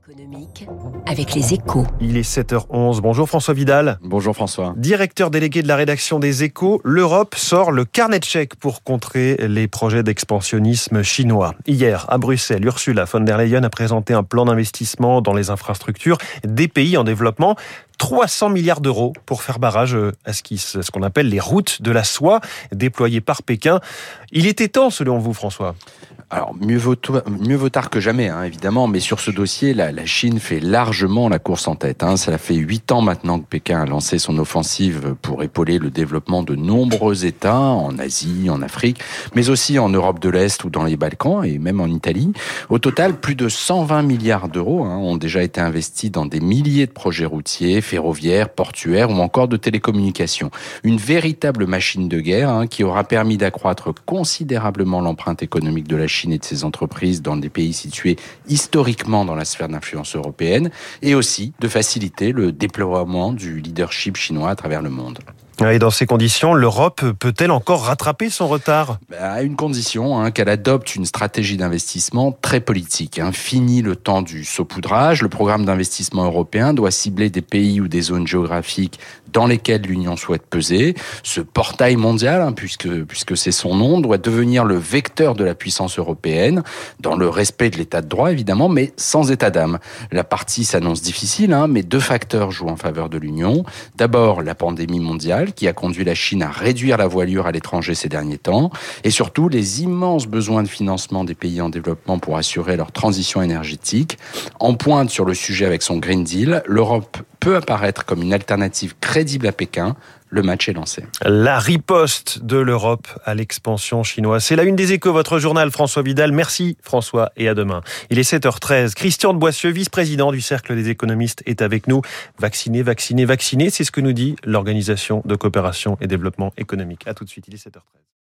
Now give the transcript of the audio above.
Économique avec les Échos. Il est 7h11. Bonjour François Vidal. Bonjour François. Directeur délégué de la rédaction des Échos, l'Europe sort le carnet de chèques pour contrer les projets d'expansionnisme chinois. Hier, à Bruxelles, Ursula von der Leyen a présenté un plan d'investissement dans les infrastructures des pays en développement. 300 milliards d'euros pour faire barrage à ce qu'on appelle les routes de la soie déployées par Pékin. Il était temps, selon vous, François? Alors, mieux vaut tard que jamais, évidemment, mais sur ce dossier, la Chine fait largement la course en tête. Ça fait 8 ans maintenant que Pékin a lancé son offensive pour épauler le développement de nombreux États, en Asie, en Afrique, mais aussi en Europe de l'Est ou dans les Balkans, et même en Italie. Au total, plus de 120 milliards d'euros ont déjà été investis dans des milliers de projets routiers, ferroviaires, portuaires ou encore de télécommunications. Une véritable machine de guerre qui aura permis d'accroître considérablement l'empreinte économique de la Chine et de ses entreprises dans des pays situés historiquement dans la sphère d'influence européenne, et aussi de faciliter le déploiement du leadership chinois à travers le monde. Et dans ces conditions, l'Europe peut-elle encore rattraper son retard? À une condition, qu'elle adopte une stratégie d'investissement très politique. Fini le temps du saupoudrage. Le programme d'investissement européen doit cibler des pays ou des zones géographiques dans lesquelles l'Union souhaite peser. Ce portail mondial, puisque c'est son nom, doit devenir le vecteur de la puissance européenne, dans le respect de l'état de droit évidemment, mais sans état d'âme. La partie s'annonce difficile, mais 2 facteurs jouent en faveur de l'Union. D'abord, la pandémie mondiale, qui a conduit la Chine à réduire la voilure à l'étranger ces derniers temps, et surtout les immenses besoins de financement des pays en développement pour assurer leur transition énergétique. En pointe sur le sujet avec son Green Deal, l'Europe peut apparaître comme une alternative crédible à Pékin. Le match est lancé. La riposte de l'Europe à l'expansion chinoise. C'est la une des Échos, votre journal, François Vidal. Merci François et à demain. Il est 7h13. Christian de Boissieu, vice-président du Cercle des économistes, est avec nous. Vacciner, vacciner, vacciner, c'est ce que nous dit l'Organisation de coopération et développement économique. À tout de suite, il est 7h13.